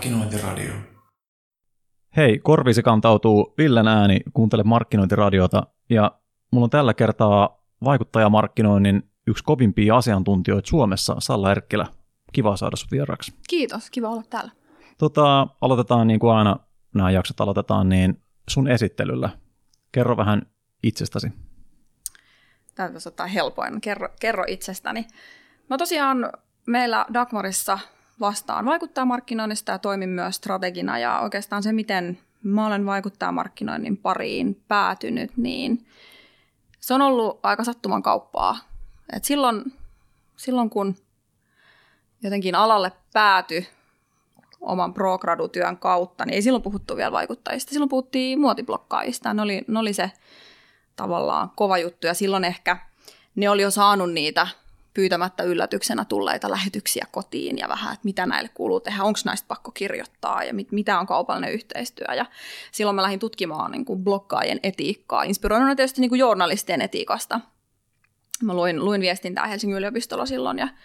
Markkinointiradio. Hei, korviisi kantautuu Villen ääni, kuuntele Markkinointiradiota, ja mulla on tällä kertaa vaikuttajamarkkinoinnin yksi kovimpia asiantuntijoita Suomessa, Salla Erkkilä. Kiva saada sut vieraaksi. Kiitos, kiva olla täällä. Aloitetaan niin kuin aina nämä jaksot aloitetaan, niin sun esittelyllä. Kerro vähän itsestäsi. Täytyisi ottaa helpoin. Kerro itsestäni. Mä tosiaan meillä Dagmarissa vastaan vaikuttajamarkkinoinnista ja toimin myös strategina. Ja oikeastaan se, miten mä olen vaikuttajamarkkinoinnin pariin päätynyt, niin se on ollut aika sattuman kauppaa. Et silloin kun jotenkin alalle päätyi oman pro-gradu-työn kautta, niin ei silloin puhuttu vielä vaikuttajista. Silloin puhuttiin muotiblokkaajista. Ne oli se tavallaan kova juttu. Ja silloin ehkä ne oli jo saanut niitä pyytämättä yllätyksenä tulleita lähetyksiä kotiin ja vähän, että mitä näille kuuluu tehdä, onko näistä pakko kirjoittaa ja mitä on kaupallinen yhteistyö. Ja silloin mä lähdin tutkimaan niin kuin blokkaajien etiikkaa, inspiroinut tietysti niin kuin journalistien etiikasta. Mä luin viestintää Helsingin yliopistolla silloin ja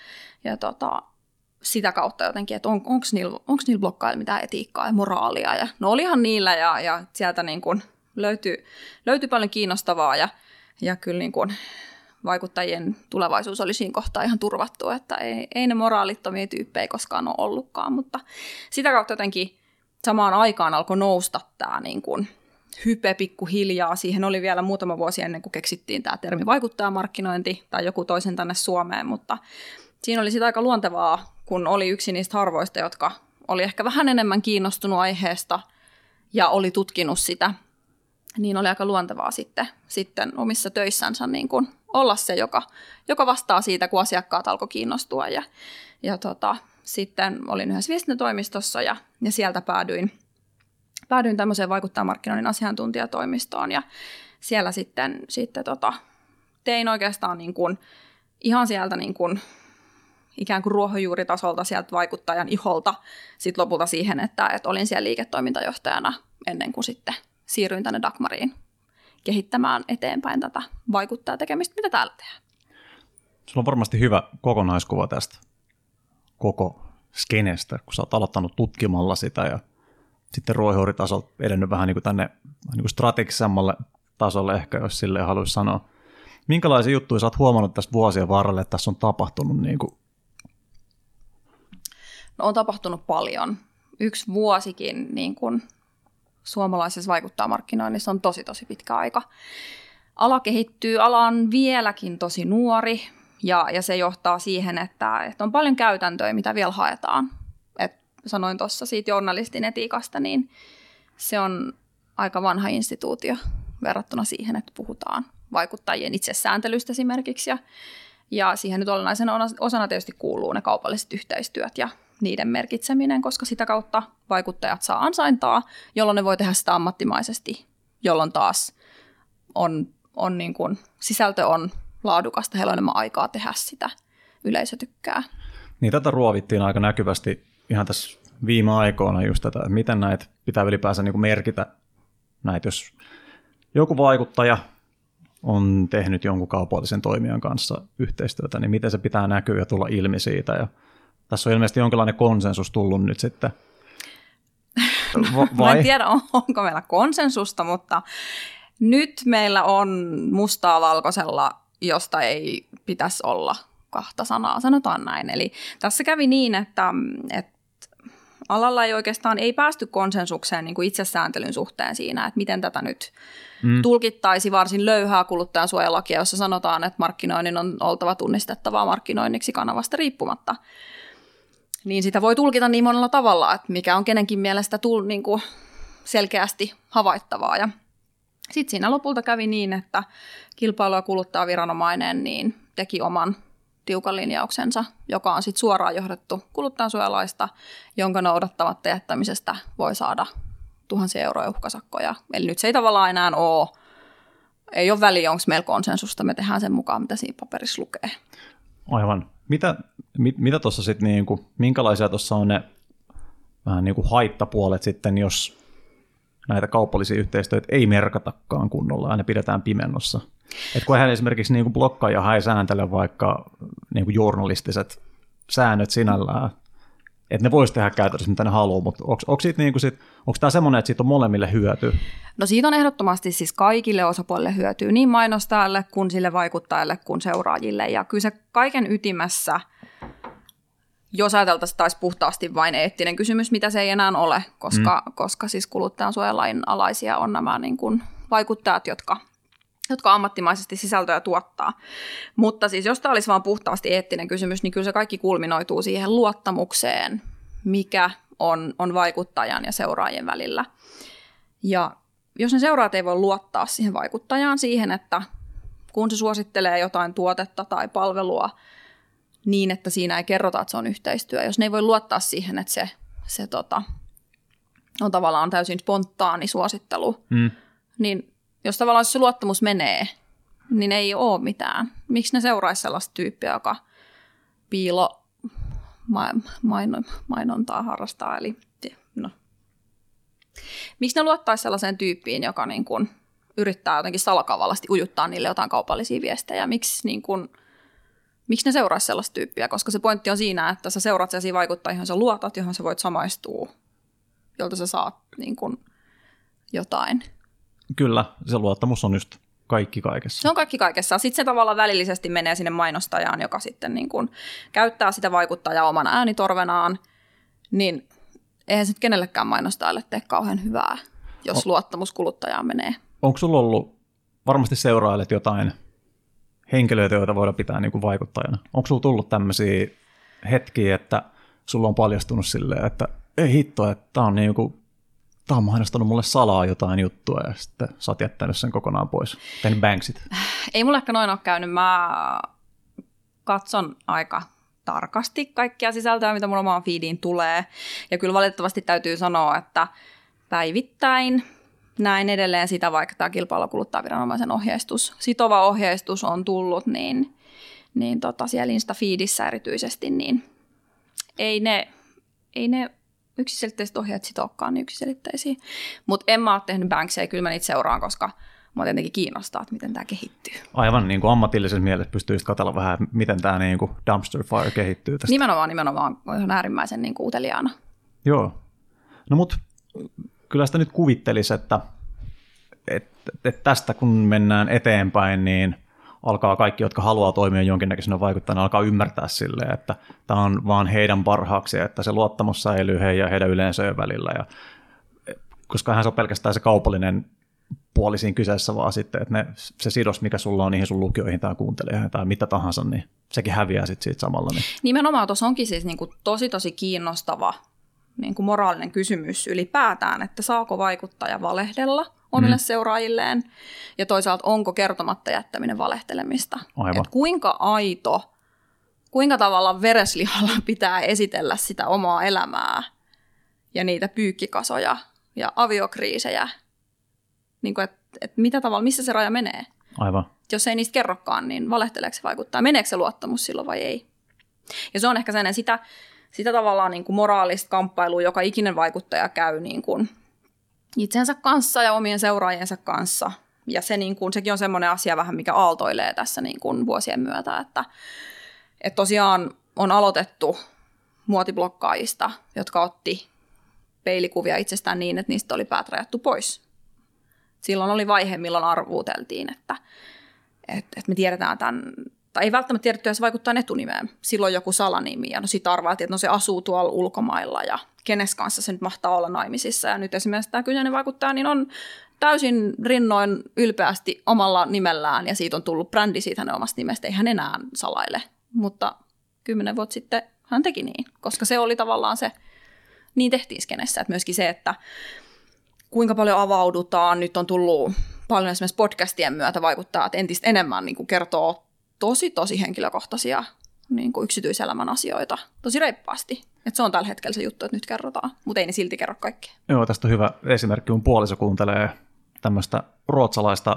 sitä kautta jotenkin, että onko niillä blokkaajilla mitään etiikkaa ja moraalia. Ja no olihan niillä ja sieltä niin kuin löytyi paljon kiinnostavaa ja kyllä niin kuin vaikuttajien tulevaisuus oli siinä kohtaa ihan turvattu, että ei ne moraalittomia tyyppejä koskaan ole ollutkaan, mutta sitä kautta jotenkin samaan aikaan alkoi nousta tämä niin kuin hype pikkuhiljaa. Siihen oli vielä muutama vuosi ennen kuin keksittiin tämä termi vaikuttajamarkkinointi tai joku toisen tänne Suomeen, mutta siinä oli sitä aika luontevaa, kun oli yksi niistä harvoista, jotka oli ehkä vähän enemmän kiinnostunut aiheesta ja oli tutkinut sitä, niin oli aika luontevaa sitten omissa töissänsä niin kuin olla se, joka vastaa siitä, kun asiakkaat alkoi kiinnostua. Ja sitten olin yhdessä viestintätoimistossa ja sieltä päädyin tämmöiseen vaikuttajamarkkinoinnin asiantuntijatoimistoon. Ja siellä sitten tein oikeastaan niin kuin, ihan sieltä niin kuin, ikään kuin ruohonjuuritasolta sieltä vaikuttajan iholta sitten lopulta siihen, että olin siellä liiketoimintajohtajana ennen kuin sitten siirryin tänne Dagmariin kehittämään eteenpäin tätä vaikuttajatekemistä, mitä täällä tehdään. Sulla on varmasti hyvä kokonaiskuva tästä koko skenestä, kun sä oot aloittanut tutkimalla sitä ja sitten ruohonjuuritasolta edennyt vähän niin kuin tänne niin kuin strategisemmalle tasolle ehkä, jos silleen haluaisi sanoa. Minkälaisia juttuja sä oot huomannut tästä vuosien varrelle, että tässä on tapahtunut? Niin kuin? No, on tapahtunut paljon. Yksi vuosikin niin kuin suomalaisessa vaikuttajamarkkinoinnissa on tosi pitkä aika. Ala kehittyy, ala on vieläkin tosi nuori ja se johtaa siihen, että on paljon käytäntöjä, mitä vielä haetaan. Et sanoin tuossa siitä journalistin etiikasta, niin se on aika vanha instituutio verrattuna siihen, että puhutaan vaikuttajien itsesääntelystä esimerkiksi. Ja siihen nyt olennaisena osana tietysti kuuluu ne kaupalliset yhteistyöt ja niiden merkitseminen, koska sitä kautta vaikuttajat saa ansaintaa, jolloin ne voi tehdä sitä ammattimaisesti, jolloin taas on niin kuin, sisältö on laadukasta, heillä on enemmän aikaa tehdä sitä, yleisö tykkää. Niin tätä ruovittiin aika näkyvästi ihan tässä viime aikoina just tätä, että miten näitä pitää ylipäänsä niin kuin merkitä näitä, jos joku vaikuttaja on tehnyt jonkun kaupallisen toimijan kanssa yhteistyötä, niin miten se pitää näkyä ja tulla ilmi siitä. Ja tässä on ilmeisesti jonkinlainen konsensus tullut nyt sitten. Mä en tiedä, onko meillä konsensusta, mutta nyt meillä on mustaa valkoisella, josta ei pitäisi olla kahta sanaa, sanotaan näin. Eli tässä kävi niin, että alalla ei oikeastaan ei päästy konsensukseen niin kuin itsesääntelyn suhteen siinä, että miten tätä nyt tulkittaisi varsin löyhää kuluttajansuojalakia, jossa sanotaan, että markkinoinnin on oltava tunnistettavaa markkinoinniksi kanavasta riippumatta. Niin sitä voi tulkita niin monella tavalla, että mikä on kenenkin mielestä niin kuin selkeästi havaittavaa. Ja sitten siinä lopulta kävi niin, että kilpailu- ja kuluttajaviranomainen niin teki oman tiukan linjauksensa, joka on sitten suoraan johdettu kuluttajansuojalaista, jonka noudattamatta jättämisestä voi saada 1,000 euroja uhkasakkoja. Eli nyt se ei tavallaan enää ei ole väliä, onko meillä konsensusta, me tehdään sen mukaan, mitä siinä paperissa lukee. Aivan. Mitä tuossa sitten, niinku, minkälaisia tuossa on ne vähän niin kuin haittapuolet sitten, jos näitä kaupallisia yhteistyötä ei merkatakaan kunnolla ja ne pidetään pimennossa? Et kun hän esimerkiksi niin kuin blokkaaja ei sääntele vaikka niin kuin journalistiset säännöt sinällään, että ne voisi tehdä käytännössä mitä ne haluaa, mutta onko tämä semmoinen, että siitä on molemmille hyötyä? No siitä on ehdottomasti siis kaikille osapuolille hyötyä, niin mainostajalle kuin sille vaikuttajalle kuin seuraajille. Ja kyllä se kaiken ytimessä, jos ajateltaisiin taisi puhtaasti vain eettinen kysymys, mitä se ei enää ole, koska siis kuluttajansuojalain alaisia on nämä niin kuin vaikuttajat, jotka ammattimaisesti sisältöä tuottaa. Mutta siis jos tämä olisi vain puhtaasti eettinen kysymys, niin kyllä se kaikki kulminoituu siihen luottamukseen, mikä on vaikuttajan ja seuraajien välillä. Ja jos ne seuraajat ei voi luottaa siihen vaikuttajaan, siihen, että kun se suosittelee jotain tuotetta tai palvelua niin, että siinä ei kerrota, että se on yhteistyö, jos ne ei voi luottaa siihen, että se on tavallaan täysin spontaani suosittelu, niin jos tavallaan se luottamus menee, niin ei ole mitään. Miksi ne seuraisi sellaista tyyppiä, joka mainontaa harrastaa? Eli, no. Miksi ne luottaisi sellaiseen tyyppiin, joka niin kuin yrittää jotenkin salakavallasti ujuttaa niille jotain kaupallisia viestejä? Miksi ne seuraisi sellaista tyyppiä? Koska se pointti on siinä, että sä seuraat sellaisia vaikuttajia, johon sä luotat, johon sä voit samaistua, jolta sä saat niin kuin jotain. Kyllä, se luottamus on just kaikki kaikessa. Se on kaikki kaikessa. Sitten se tavallaan välillisesti menee sinne mainostajaan, joka sitten niin kuin käyttää sitä vaikuttajaa omana äänitorvenaan, niin eihän se kenellekään mainostajalle tee kauhean hyvää, jos luottamus kuluttajaan menee. Onko sulla ollut, varmasti seurailet jotain henkilöitä, joita voidaan pitää niin kuin vaikuttajana? Onko sulla tullut tämmöisiä hetkiä, että sulla on paljastunut silleen, että ei hitto, että tämä on mainostanut mulle salaa jotain juttua ja sitten sä oot jättänyt sen kokonaan pois. Tehnyt banksit. Ei mulle ehkä noin ole käynyt. Mä katson aika tarkasti kaikkia sisältöä, mitä mun omaan feediin tulee. Ja kyllä valitettavasti täytyy sanoa, että päivittäin näin edelleen sitä, vaikka tämä Kilpailu- ja kuluttajaviranomaisen sitova ohjeistus on tullut, niin siellä Insta-feedissä erityisesti, niin ei ne yksiselitteiset ohjeet sitookaan niin yksiselitteisiä. Mutta en mä ole tehnyt bankseja, kyllä mä niitä seuraan, koska mä tietenkin kiinnostaa, että miten tämä kehittyy. Aivan niin kuin ammatillisessa mielessä pystyy katsella vähän, miten tämä niin kuin dumpster fire kehittyy tästä. Nimenomaan. On ihan äärimmäisen niin kuin uteliaana. Joo. No mut kyllä sitä nyt kuvittelisi, että tästä kun mennään eteenpäin, niin alkaa kaikki, jotka haluaa toimia jonkinnäköisenä vaikuttajana, alkaa ymmärtää silleen, että tämä on vaan heidän parhaaksi, että se luottamus säilyy heidän yleisöjen välillä. Ja, koska hän on pelkästään se kaupallinen puoli siinä kyseessä, vaan sitten, että se sidos, mikä sulla on niihin sun lukijoihin tai kuuntelijoihin tai mitä tahansa, niin sekin häviää sitten siitä samalla. Niin. Nimenomaan tuossa onkin siis niin kuin tosi kiinnostava niin kuin moraalinen kysymys ylipäätään, että saako vaikuttaja valehdella omille seuraajilleen, ja toisaalta onko kertomatta jättäminen valehtelemista. Et kuinka tavallaan vereslihalla pitää esitellä sitä omaa elämää ja niitä pyykkikasoja ja aviokriisejä, niin mitä tavalla, missä se raja menee. Aivan. Jos ei niistä kerrokaan, niin valehteleeko se vaikuttaa, meneekö se luottamus silloin vai ei. Ja se on ehkä sellainen sitä tavallaan niin kuin moraalista kamppailua, joka ikinen vaikuttaja käy niin kuin itsensä kanssa ja omien seuraajiensa kanssa. Ja sekin on semmoinen asia vähän, mikä aaltoilee tässä niin kuin vuosien myötä, että tosiaan on aloitettu muotiblokkaajista, jotka otti peilikuvia itsestään niin, että niistä oli päät rajattu pois. Silloin oli vaihe, milloin arvuuteltiin, että me tiedetään tämän, tai ei välttämättä tiedetty, jos vaikuttaa etunimeen. Silloin joku salanimi, ja sitten arvailtiin, että se asuu tuolla ulkomailla, ja kenes kanssa se nyt mahtaa olla naimisissa. Ja nyt esimerkiksi tämä kyseinen vaikuttaja niin on täysin rinnoin ylpeästi omalla nimellään, ja siitä on tullut brändi siitä hänen omasta nimestä. Ei hän enää salaile, mutta 10 vuotta sitten hän teki niin, koska se oli tavallaan se, niin tehtiin skenessä. Että myöskin se, että kuinka paljon avaudutaan, nyt on tullut paljon esimerkiksi podcastien myötä vaikuttaa, että entistä enemmän niin kuin kertoo tosi henkilökohtaisia niin kuin yksityiselämän asioita tosi reippaasti. Että se on tällä hetkellä se juttu, että nyt kerrotaan, mutta ei ne silti kerro kaikkea. Joo, tästä on hyvä esimerkki. Mun puoliso kuuntelee tämmöistä ruotsalaista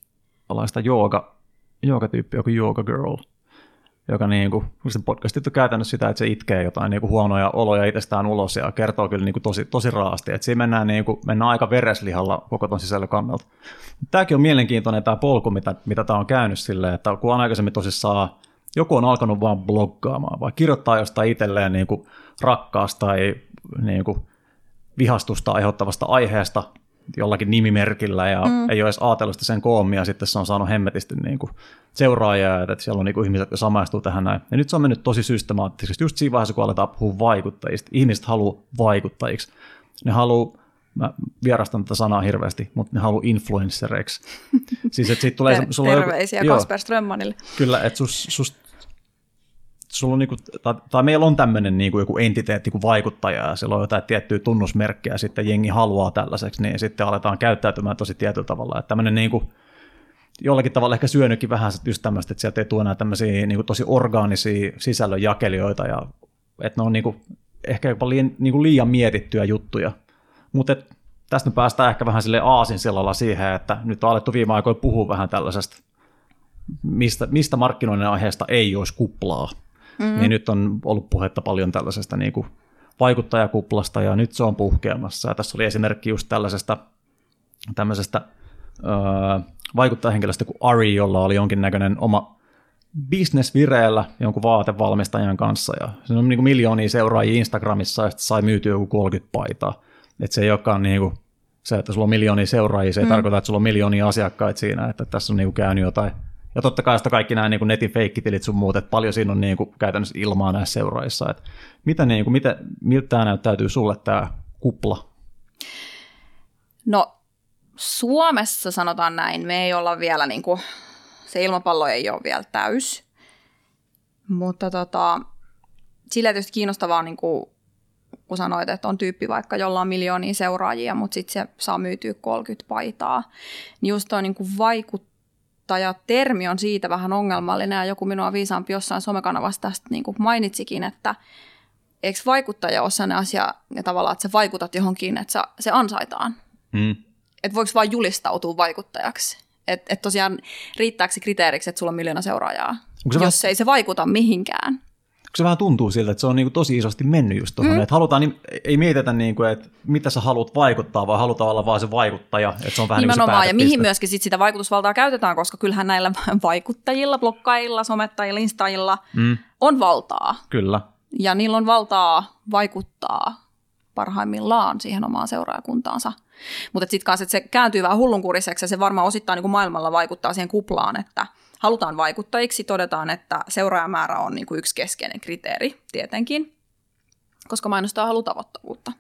joogatyyppiä, joku Yoga Girl, joka niinku, podcastit on käytännössä sitä, että se itkee jotain niinku huonoja oloja itsestään ulos ja kertoo kyllä niinku tosi raasti. Että siinä mennään aika vereslihalla koko ton sisällön kannalta. Tämäkin on mielenkiintoinen tämä polku, mitä tämä on käynyt silleen, että kun on aikaisemmin tosissaan joku on alkanut vaan bloggaamaan, vai kirjoittaa jostain itselleen niin kuin rakkaasta tai niin kuin vihastusta aiheuttavasta aiheesta jollakin nimimerkillä, ja ei ole edes ajatellut sitä sen koomia, ja sitten se on saanut hemmetisti niin kuin seuraajia, että siellä on niin kuin ihmiset, jotka samaistuu tähän näin. Ja nyt se on mennyt tosi systemaattisesti, just siinä vaiheessa, kun aletaan puhua vaikuttajista. Ihmiset haluaa vaikuttajiksi. Ne haluaa, mä vierastan tätä sanaa hirveästi, mutta ne haluaa influencereiksi. Siis, että siitä tulee, terveisiä Kasper Strömmanille. Kyllä, että sulla on niinku, tai meillä on tämmöinen niinku joku entiteetti kuin vaikuttaja, ja sillä on jotain tiettyä tunnusmerkkiä, ja sitten jengi haluaa tällaiseksi, niin sitten aletaan käyttäytymään tosi tietyllä tavalla. Että tämmöinen niinku, jollakin tavalla ehkä syönytkin vähän just tämmöistä, että sieltä ei tule enää tämmöisiä niinku tosi orgaanisia sisällönjakelijoita, ja että ne on niinku, ehkä jopa liian mietittyjä juttuja. Mutta tästä me päästään ehkä vähän silleen aasinsilalla siihen, että nyt on alettu viime aikoina puhua vähän tällaisesta, mistä markkinoinnin aiheesta ei olisi kuplaa. Niin nyt on ollut puhetta paljon tällaisesta niin kuin vaikuttajakuplasta, ja nyt se on puhkeamassa. Ja tässä oli esimerkki just tämmöisestä vaikuttajahenkilöstä kuin Ari, jolla oli jonkinnäköinen oma business vireellä jonkun vaatevalmistajan kanssa, ja se on niin kuin miljoonia seuraajia Instagramissa, ja sitten sai myytyä joku 30 paitaa. Että se ei olekaan niin kuin se, että sulla on miljoonia seuraajia, se ei tarkoita, että sulla on miljoonia asiakkaita siinä, että tässä on niin kuin käynyt jotain. Ja totta kai sitä kaikki nämä niin kuin netin feikkitilit sun muut, että paljon siinä on niin kuin käytännössä ilmaa näissä seuraajissa. Että miltä tämä näyttäytyy sulle tämä kupla? No Suomessa sanotaan näin, me ei olla vielä, niin kuin, se ilmapallo ei ole vielä täys, mutta sillä tietysti kiinnostavaa, niin kuin, kun sanoit, että on tyyppi vaikka, jolla on miljoonia seuraajia, mutta sitten se saa myytyä 30 paitaa, niin just tuo niin vaikuttajatermi on siitä vähän ongelmallinen, ja joku minua viisaampi jossain somekanavassa tästä niin kuin mainitsikin, että eikö vaikuttaja ole sellainen asia, ja tavallaan, että sä vaikutat johonkin, että se ansaitaan. Että voiko vaan julistautua vaikuttajaksi? Että tosiaan riittääkö se kriteeriksi, että sulla on 1 miljoona seuraajaa, jos ei se vaikuta mihinkään? Se vähän tuntuu siltä, että se on niinku tosi isosti mennyt just tuohon, että halutaan, ei mietitä, niinku, että mitä sä haluat vaikuttaa, vaan halutaan olla vaan se vaikuttaja, että se on vähän nimenomaan, niin kuin se päätepiste. Ja mihin myöskin sit sitä vaikutusvaltaa käytetään, koska kyllähän näillä vaikuttajilla, bloggaajilla, somettajilla, instaajilla on valtaa. Kyllä. Ja niillä on valtaa vaikuttaa parhaimmillaan siihen omaan seuraajakuntaansa. Mutta sitten kanssa, että se kääntyy vähän hullunkuriseksi, ja se varmaan osittain niin kuin maailmalla vaikuttaa siihen kuplaan, että halutaan vaikuttajiksi, todetaan, että seuraajamäärä on niin kuin yksi keskeinen kriteeri tietenkin, koska mainostaa haluaa tavoittavuutta.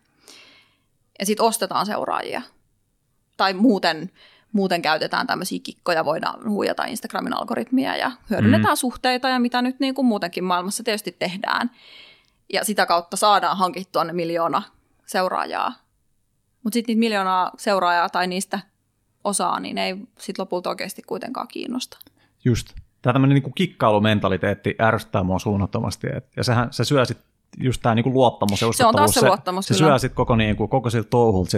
Ja sitten ostetaan seuraajia. Tai muuten käytetään tämmöisiä kikkoja, voidaan huijata Instagramin algoritmia ja hyödynnetään suhteita ja mitä nyt niin kuin muutenkin maailmassa tietysti tehdään. Ja sitä kautta saadaan hankittua ne 1 miljoona seuraajaa. Mutta sitten niitä 1 miljoonaa seuraajaa tai niistä osaa, niin ei sitten lopulta oikeasti kuitenkaan kiinnosta. Just. Tämä tämmöinen niin kuin kikkailumentaliteetti ärsyttää mua suunnattomasti. Ja se syö sitten just tämä niin kuin luottamus ja uskottavuus. Se on taas se luottamus. Se syö sitten koko siltä touhulta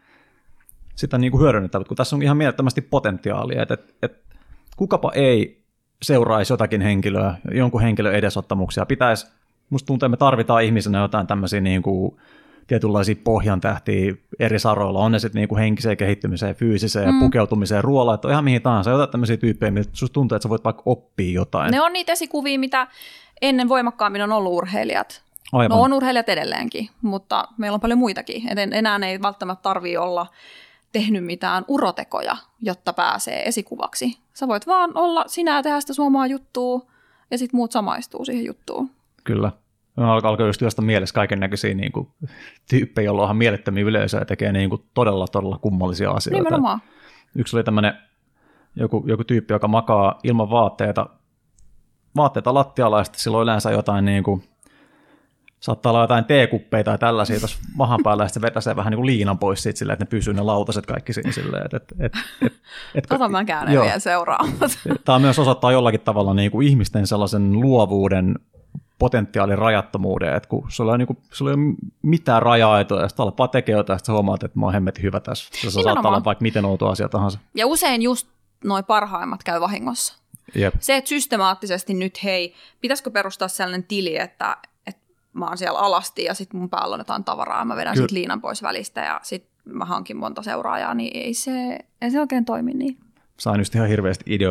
sitä niin kuin hyödynnettävät, kun tässä on ihan mielettömästi potentiaalia, että kukapa ei seuraisi jotakin henkilöä, jonkun henkilön edesottamuksia. Musta tuntuu, että me tarvitaan ihmisenä jotain tämmöisiä niin kuin tietynlaisia pohjantähtiä eri saroilla, on ne sitten niinku henkiseen kehittymiseen, fyysiseen ja pukeutumiseen, ruoalla, että on ihan mihin tahansa, jotain tämmöisiä tyyppejä, miltä susta tuntuu, että sä voit vaikka oppia jotain. Ne on niitä esikuvia, mitä ennen voimakkaammin on ollut urheilijat. Aivan. No on urheilijat edelleenkin, mutta meillä on paljon muitakin. Enää ei välttämättä tarvitse olla tehnyt mitään urotekoja, jotta pääsee esikuvaksi. Sä voit vaan olla sinä ja tehdä sitä suomaa juttua, ja sitten muut samaistuu siihen juttuun. Kyllä. Alkoi just työstä mielessä kaikennäköisiä niin kuin, tyyppejä, joilla on ihan mielettömiä yleisöjä ja tekee niin kuin, todella kummallisia asioita. Nimenomaan. Yksi oli tämmöinen joku tyyppi, joka makaa ilman vaatteita lattialla, ja sillä on yleensä jotain, niin kuin, saattaa olla jotain teekuppeja tai tällaisia tuossa mahan päällä, ja sitten se vetäisee vähän niin kuin liinan pois siitä silleen, että ne pysyy ne lautaset kaikki siinä silleen. Tota mä käyn vielä seuraamaan. Tämä myös osoittaa jollakin tavalla niin kuin ihmisten sellaisen luovuuden potentiaalin rajattomuuden, että kun sulla ei ole mitään raja-aitoja, ja sitten alkaa tekee jotain, ja sitten huomaat, että mä oon hemmetin hyvä tässä. Se saattaa olla vaikka miten outo asia tahansa. Ja usein just noi parhaimmat käy vahingossa. Jep. Se, että systemaattisesti nyt, hei, pitäisikö perustaa sellainen tili, että mä oon siellä alasti ja sitten mun päällä on jotain tavaraa, ja mä vedän sit liinan pois välistä ja sitten mä hankin monta seuraajaa, niin ei se oikein toimi niin. Sain just ihan hirveästi ideoita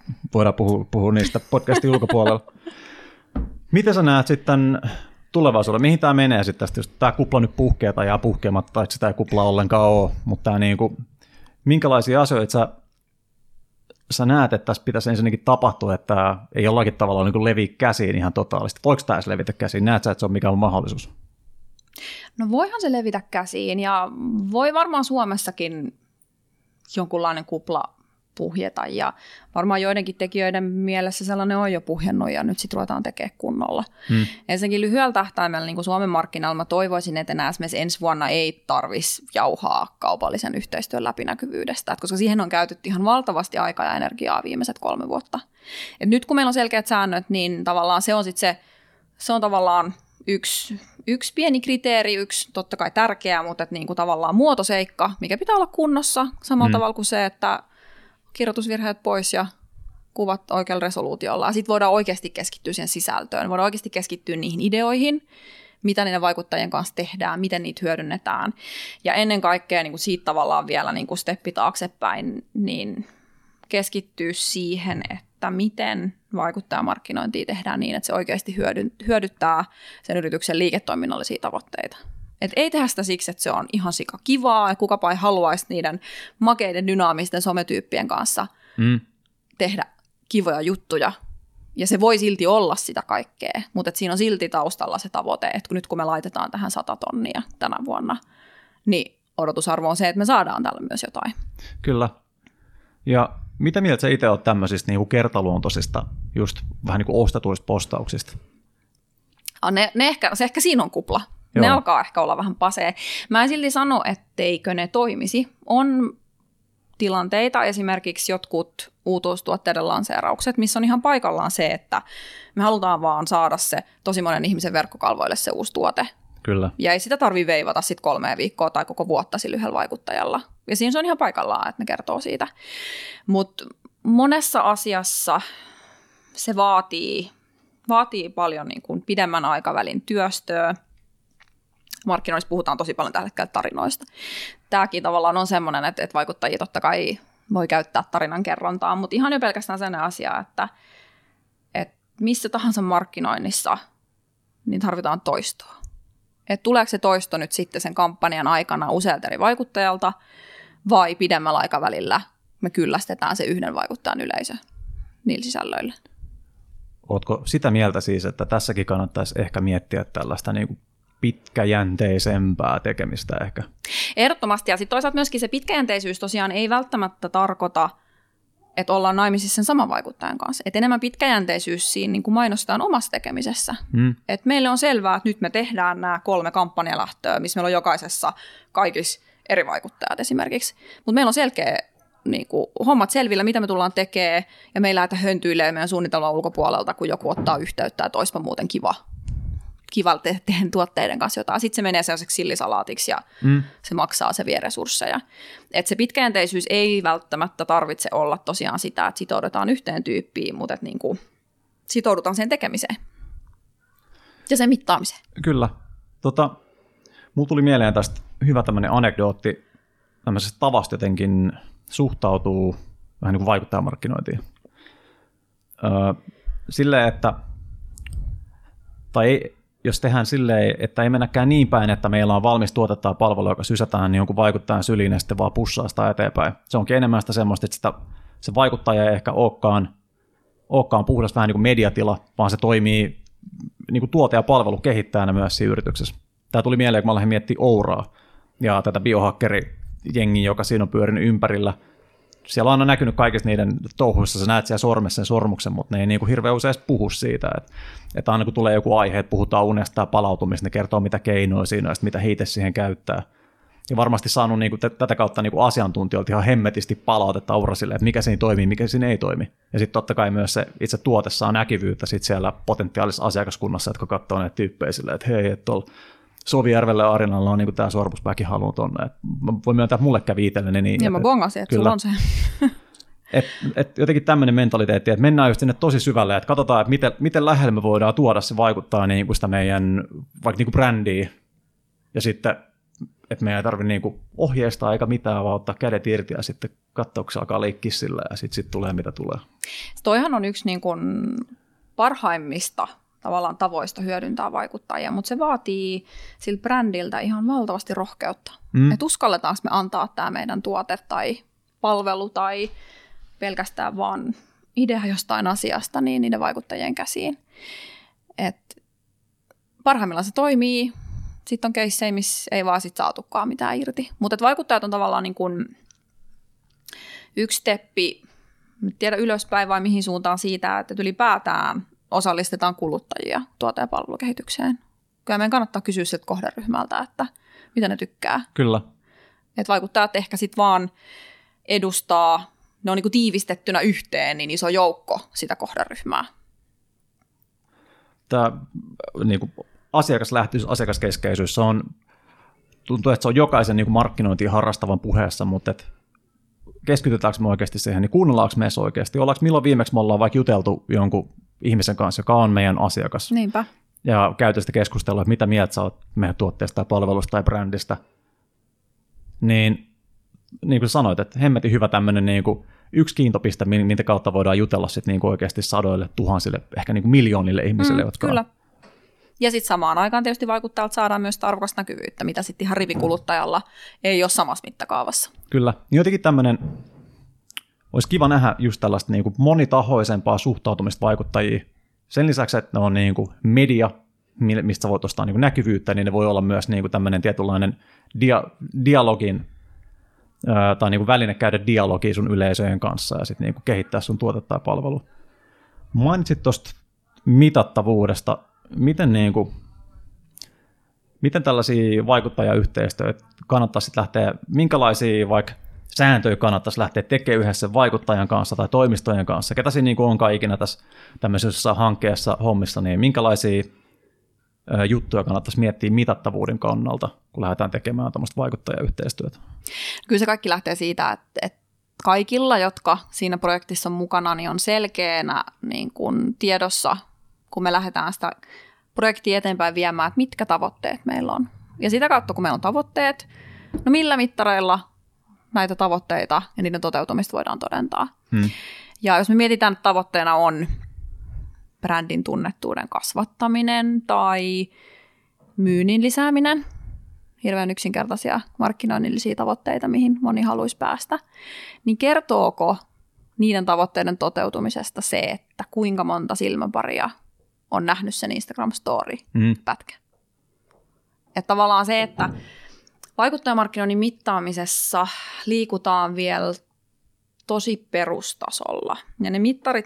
voidaan puhua niistä podcastin ulkopuolella. Miten sä näet sitten tulevaisuudessa, mihin tämä menee sitten tästä, jos tämä kupla nyt puhkee tai jää puhkeamatta, tai sitä ei kupla ollenkaan ole, mutta tämä niinku, minkälaisia asioita sä näet, että tässä pitäisi ensinnäkin tapahtua, että ei jollakin tavalla niin leviä käsiin ihan totaalisesti. Voiko tämä edes levitä käsiin? Näet sä, että se on mikään mahdollisuus? No voihan se levitä käsiin ja voi varmaan Suomessakin jonkunlainen kupla puhjeta ja varmaan joidenkin tekijöiden mielessä sellainen on jo puhjennut ja nyt sitten ruvetaan tekemään kunnolla. Ensinnäkin lyhyellä tähtäimellä niin kuin Suomen markkinoilla mä toivoisin, että enää esimerkiksi ensi vuonna ei tarvitsisi jauhaa kaupallisen yhteistyön läpinäkyvyydestä, koska siihen on käytetty ihan valtavasti aikaa ja energiaa viimeiset 3 vuotta. Et nyt kun meillä on selkeät säännöt, niin tavallaan se on tavallaan yksi pieni kriteeri, yksi totta kai tärkeä, mutta niin kuin tavallaan muotoseikka, mikä pitää olla kunnossa samalla tavalla kuin se, että kirjoitusvirheet pois ja kuvat oikealla resoluutiolla. Sitten voidaan oikeasti keskittyä siihen sisältöön. Voidaan oikeasti keskittyä niihin ideoihin, mitä niiden vaikuttajien kanssa tehdään, miten niitä hyödynnetään. Ja ennen kaikkea niin kuin siitä tavallaan vielä niin kuin steppi taaksepäin, niin keskittyä siihen, että miten vaikuttajamarkkinointia tehdään niin, että se oikeasti hyödyttää sen yrityksen liiketoiminnallisia tavoitteita. Et ei tehdä sitä siksi, että se on ihan sika kivaa ja kukapa ei haluaisi niiden makeiden dynaamisten sometyyppien kanssa tehdä kivoja juttuja. Ja se voi silti olla sitä kaikkea, mutta siinä on silti taustalla se tavoite, että nyt kun me laitetaan tähän 100 tonnia tänä vuonna, niin odotusarvo on se, että me saadaan tällä myös jotain. Kyllä. Ja mitä mieltä sä itse olet tämmöisistä niin kuin kertaluontoisista, just vähän niin kuin ostetuista postauksista? Ehkä siinä on kupla. Joo. Ne alkaa ehkä olla vähän pasee. Mä en silti sano, etteikö ne toimisi. On tilanteita, esimerkiksi jotkut uutuustuotteiden lanseeraukset, missä on ihan paikallaan se, että me halutaan vaan saada se tosi monen ihmisen verkkokalvoille se uusi tuote. Kyllä. Ja ei sitä tarvitse veivata sitten 3 viikkoa tai koko vuotta sillä yhdellä vaikuttajalla. Ja siinä se on ihan paikallaan, että ne kertoo siitä. Mutta monessa asiassa se vaatii paljon niin kuin pidemmän aikavälin työstöä. Markkinoissa puhutaan tosi paljon tällä hetkellä tarinoista. Tämäkin tavallaan on semmoinen, että vaikuttajia totta kai voi käyttää tarinan kerrontaa, mutta ihan jo pelkästään sen asia, että missä tahansa markkinoinnissa niin tarvitaan toistoa. Että tuleeko se toisto nyt sitten sen kampanjan aikana usealta eri vaikuttajalta vai pidemmällä aikavälillä me kyllästetään se yhden vaikuttajan yleisö niillä sisällöillä. Ootko sitä mieltä siis, että tässäkin kannattaisi ehkä miettiä tällaista niin kuin pitkäjänteisempää tekemistä ehkä? Ehdottomasti, ja sitten toisaalta myöskin se pitkäjänteisyys tosiaan ei välttämättä tarkoita, että ollaan naimisissa sen saman vaikuttajan kanssa. Et enemmän pitkäjänteisyys siinä niin kuin mainostetaan omassa tekemisessä. Et meille on selvää, että nyt me tehdään nämä 3 kampanjalähtöä, missä meillä on jokaisessa kaikissa eri vaikuttajat esimerkiksi. Mutta meillä on selkeä niin kuin, hommat selvillä, mitä me tullaan tekemään, ja me ei lähdetä höntyilemään meidän suunnitelman ulkopuolelta, kun joku ottaa yhteyttä, että olisipa muuten kiva tehdä tuotteiden kanssa jotain. Sitten se menee sellaiseksi sillisalaatiksi ja se maksaa, se vie resursseja. Et se pitkäjänteisyys ei välttämättä tarvitse olla tosiaan sitä, että sitoudutaan yhteen tyyppiin, mutta että niin kuin sitoudutaan sen tekemiseen ja sen mittaamiseen. Kyllä. Mulla tuli mieleen tästä hyvä tämmöinen anekdootti tämmöisestä tavasta jotenkin suhtautuu vähän niin kuin vaikuttajamarkkinointiin. Silleen, että jos tehdään silleen, että ei mennäkään niin päin, että meillä on valmis tuote tai palvelu, joka sysätään niin jonkun vaikuttajan syliin ja sitten vaan pussaa sitä eteenpäin. Se onkin enemmän sitä semmoista, että se vaikuttaja ei ehkä olekaan puhdas vähän niin kuin mediatila, vaan se toimii niin kuin tuote- ja palvelukehittäjänä myös siinä yrityksessä. Tämä tuli mieleen, kun mä lähdin miettimään Ouraa ja tätä biohakkerijengiä, joka siinä on pyörinyt ympärillä. Siellä on aina näkynyt kaikissa niiden touhuissa, sä näet siellä sormessa sen sormuksen, mutta ne ei niin kuin hirveän usein puhu siitä. Että aina kun tulee joku aihe, että puhutaan unesta ja palautumista, ne kertoo mitä keinoja siinä on, mitä he itse siihen käyttää. Ja varmasti saanut niin kuin tätä kautta niin kuin asiantuntijoilta ihan hemmetisti palautetta Ourasille, että mikä siinä toimii, mikä siinä ei toimi. Ja sitten totta kai myös se itse tuote saa näkyvyyttä sit siellä potentiaalisessa asiakaskunnassa, jotka katsoo näitä tyyppejä silleen, että hei, että tuolla Sovijärvellä ja Arinalla on niin tämä sormuspäkin halunnut tonne. Voin myöntää, että mulle kävi itselleni niin. Ja mä bongasin, että sulla on se. Et jotenkin tämmöinen mentaliteetti, että mennään just sinne tosi syvälle, että katsotaan, että miten lähelle me voidaan tuoda se vaikuttaa niin kuin sitä meidän vaikka niin kuin brändiä. Ja sitten, että meidän ei tarvitse niinku ohjeistaa eikä mitään, vaan ottaa kädet irti ja sitten katsoa, kun se alkaa leikkiä sillä ja sitten tulee mitä tulee. Toihan on yksi niin kuin parhaimmista tavallaan tavoista hyödyntää vaikuttajia, mutta se vaatii sillä brändiltä ihan valtavasti rohkeutta. Että uskalletaanko me antaa tämä meidän tuote tai palvelu tai pelkästään vaan idea jostain asiasta niin niiden vaikuttajien käsiin. Et parhaimmillaan se toimii. Sitten on keissejä, missä ei vaan sit saatukaan mitään irti. Mutta vaikuttajat on tavallaan niin kuin yksi steppi, en tiedä ylöspäin vai mihin suuntaan siitä, että ylipäätään osallistetaan kuluttajia tuote- ja palvelukehitykseen. Kyllä meidän kannattaa kysyä sieltä kohderyhmältä, että mitä ne tykkää. Kyllä. Että vaikuttajat ehkä sitten vaan edustaa, ne on niin kuin tiivistettynä yhteen niin iso joukko sitä kohderyhmää. Tämä niin kuin asiakaslähtöisyys, asiakaskeskeisyys, tuntuu, että se on jokaisen niin kuin markkinointia harrastavan puheessa, mutta keskitytäänkö me oikeasti siihen, niin kuunnellaanko me oikeasti? Milloin viimeksi me ollaan vaikka juteltu jonkun ihmisen kanssa, joka on meidän asiakas? Niinpä. Ja käyty sitä keskustelua, että mitä mieltä sä oot meidän tuotteesta tai palvelusta tai brändistä. Niin kuin sanoit, että hemmetin hyvä tämmöinen niin kuin yksi kiintopiste, minkä kautta voidaan jutella sit niin kuin oikeasti sadoille, tuhansille, ehkä niin kuin miljoonille ihmisille, jotka kyllä. Ja sitten samaan aikaan tietysti vaikuttajalta saadaan myös arvokasta näkyvyyttä, mitä sitten ihan rivikuluttajalla ei ole samassa mittakaavassa. Kyllä. Niin jotenkin tämmöinen, olisi kiva nähdä just tällaista niin kuin monitahoisempaa suhtautumista vaikuttajiin. Sen lisäksi, että ne on niin kuin media, mistä voit ostaa niin kuin näkyvyyttä, niin ne voi olla myös niin kuin tämmöinen tietynlainen dialogin tai niin kuin väline käydä dialogia sun yleisöjen kanssa ja sitten niin kuin kehittää sun tuotetta tai palvelua. Mainitsit tuosta mitattavuudesta. Miten tällaisia vaikuttajayhteistyötä kannattaisi lähteä, minkälaisia vaikka sääntöjä kannattaisi lähteä tekemään yhdessä vaikuttajan kanssa tai toimistojen kanssa, ketä siinä niin kuin onkaan ikinä tässä tämmöisessä hankkeessa hommissa, niin minkälaisia juttuja kannattaisi miettiä mitattavuuden kannalta, kun lähdetään tekemään tämmöistä vaikuttajayhteistyötä? Kyllä se kaikki lähtee siitä, että kaikilla, jotka siinä projektissa on mukana, niin on selkeänä niin kuin tiedossa, kun me lähdetään sitä projektia eteenpäin viemään, että mitkä tavoitteet meillä on. Ja sitä kautta, kun meillä on tavoitteet, no millä mittareilla näitä tavoitteita ja niiden toteutumista voidaan todentaa. Ja jos me mietitään, että tavoitteena on brändin tunnettuuden kasvattaminen tai myynnin lisääminen, hirveän yksinkertaisia markkinoinnillisia tavoitteita, mihin moni haluaisi päästä, niin kertooko niiden tavoitteiden toteutumisesta se, että kuinka monta silmäparia on nähnyt sen Instagram-story-pätkä. Että tavallaan se, että vaikuttajamarkkinoinnin mittaamisessa liikutaan vielä tosi perustasolla. Ja ne mittarit,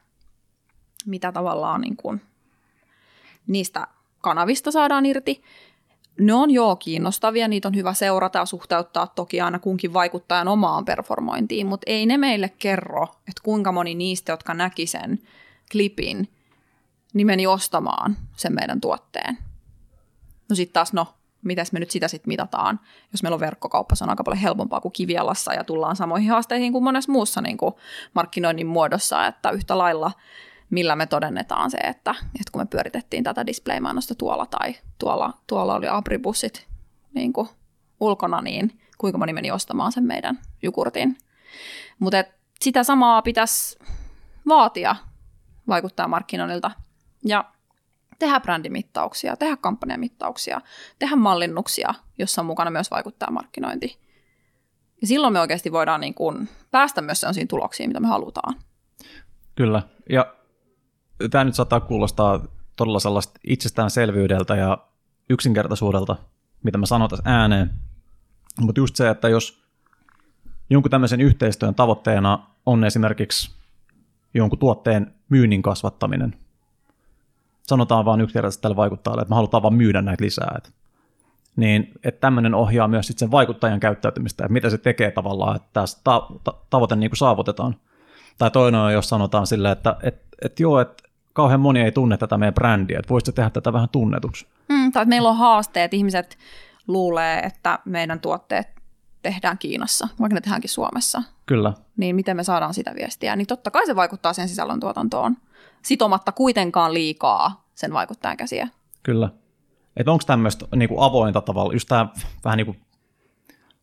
mitä tavallaan niin kuin niistä kanavista saadaan irti, ne on kiinnostavia, niitä on hyvä seurata ja suhteuttaa toki aina kunkin vaikuttajan omaan performointiin, mutta ei ne meille kerro, että kuinka moni niistä, jotka näki sen klipin, niin meni ostamaan sen meidän tuotteen. No sitten taas, mitäs me nyt sitä sitten mitataan, jos meillä on verkkokauppa, se on aika paljon helpompaa kuin kivijalassa ja tullaan samoihin haasteihin kuin monessa muussa niin kuin markkinoinnin muodossa, että yhtä lailla millä me todennetaan se, että kun me pyöritettiin tätä display-mainosta tuolla tai tuolla oli abribussit niin kuin ulkona, niin kuinka moni meni ostamaan sen meidän jogurtin. Mutta sitä samaa pitäisi vaatia vaikuttajamarkkinoinnilta ja tehdä brändimittauksia, tehdä kampanjamittauksia, tehdä mallinnuksia, jossa on mukana myös vaikuttajamarkkinointi. Ja silloin me oikeasti voidaan niin kuin päästä myös sellaisiin tuloksiin, mitä me halutaan. Kyllä, ja tämä nyt saattaa kuulostaa todella sellaista itsestäänselvyydeltä ja yksinkertaisuudelta, mitä mä sanon tässä ääneen. Mutta just se, että jos jonkun tämmöisen yhteistyön tavoitteena on esimerkiksi jonkun tuotteen myynnin kasvattaminen, sanotaan vaan yksinkertaisesti tälle vaikuttajalle, että me halutaan vaan myydä näitä lisää. Niin, että tämmöinen ohjaa myös sit sen vaikuttajan käyttäytymistä, että mitä se tekee tavallaan, että tämä tavoite niin kuin saavutetaan. Tai toinen on, jos sanotaan silleen, että kauhean moni ei tunne tätä meidän brändiä, että voisitko tehdä tätä vähän tunnetuksi? Tai meillä on haasteet, ihmiset luulee, että meidän tuotteet tehdään Kiinassa, vaikka ne tehdäänkin Suomessa. Kyllä. Niin miten me saadaan sitä viestiä, niin totta kai se vaikuttaa sen sisällön tuotantoon, sitomatta kuitenkaan liikaa sen vaikuttajan käsiä. Kyllä. Että onko tämmöistä niin kuin avointa tavalla, just tämä vähän niin kuin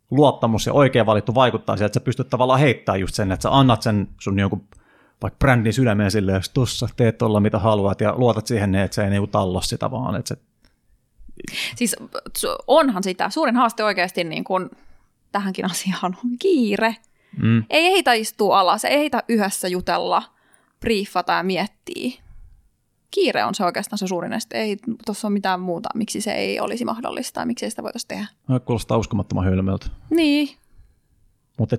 luottamus ja oikein valittu vaikuttaa siihen, että sä pystyt tavallaan heittämään just sen, että sä annat sen sun jonkun vaikka brändin sydämeen silleen, jos tuossa teet tuolla mitä haluat ja luotat siihen, että se ei niinku tallo sitä vaan. Että se... Siis onhan sitä. Suurin haaste oikeasti niin kuin tähänkin asiaan on kiire. Ei ehitä istua alas, ei ehitä yhdessä jutella, briefata ja miettiä. Kiire on se oikeastaan se suurin este. Ei tuossa ole mitään muuta, miksi se ei olisi mahdollista ja miksi ei sitä voitaisiin tehdä. No, kuulostaa uskomattoman hölmöltä. Niin. Mutta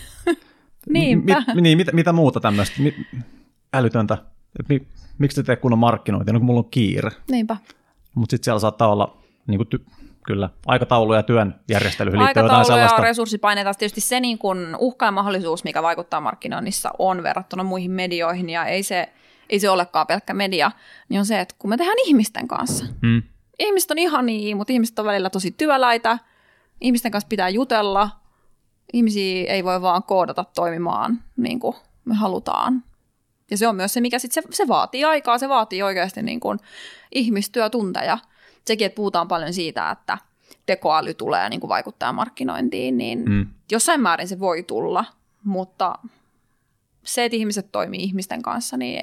niinpä. Mitä muuta tämmöistä älytöntä? Miksi te teet kunnon markkinointia, no kun mulla on kiire? Niinpä. Mutta sitten siellä saattaa olla niin kuin kyllä aikatauluja ja työn järjestelyihin liittyy jotain sellaista. Aikatauluja ja resurssipaineita. Tietysti se niin kun uhka ja mahdollisuus, mikä vaikuttaa markkinoinnissa on verrattuna muihin medioihin, ja ei se olekaan pelkkä media, niin on se, että kun me tehdään ihmisten kanssa. Ihmiset on ihania, mutta ihmiset on välillä tosi työläitä. Ihmisten kanssa pitää jutella. Ihmisiä ei voi vaan koodata toimimaan niin kuin me halutaan. Ja se on myös se, mikä sitten se vaatii aikaa, se vaatii oikeasti niin kuin ihmistyötunteja. Sekin, että puhutaan paljon siitä, että tekoäly tulee niin kuin vaikuttajamarkkinointiin, niin jossain määrin se voi tulla, mutta se, että ihmiset toimii ihmisten kanssa, niin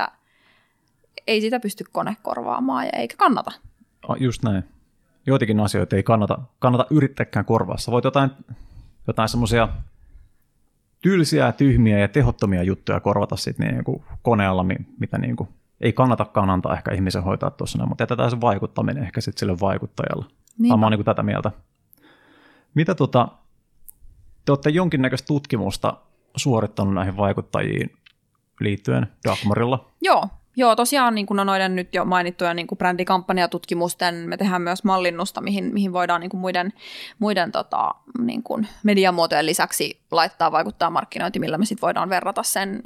ei sitä pysty kone korvaamaan ja eikä kannata. Just näin. Joitakin asioita ei kannata yrittääkään korvaa. Sä voit jotain semmoisia tylsiä, tyhmiä ja tehottomia juttuja korvata sitten niin koneella, mitä niin kuin ei kannatakaan antaa ehkä ihmisen hoitaa tuossa, mutta jätetään se vaikuttaminen ehkä sitten sille vaikuttajalle. Mä oon niin tätä mieltä. Mitä te olette jonkinnäköistä tutkimusta suorittanut näihin vaikuttajiin liittyen Dagmarilla? Joo, tosiaan niin kuin noiden nyt jo mainittuja niin kuin brändikampanjatutkimusten, me tehdään myös mallinnusta, mihin voidaan niin kuin muiden niin kuin mediamuotojen lisäksi laittaa vaikuttajamarkkinointi, millä me sitten voidaan verrata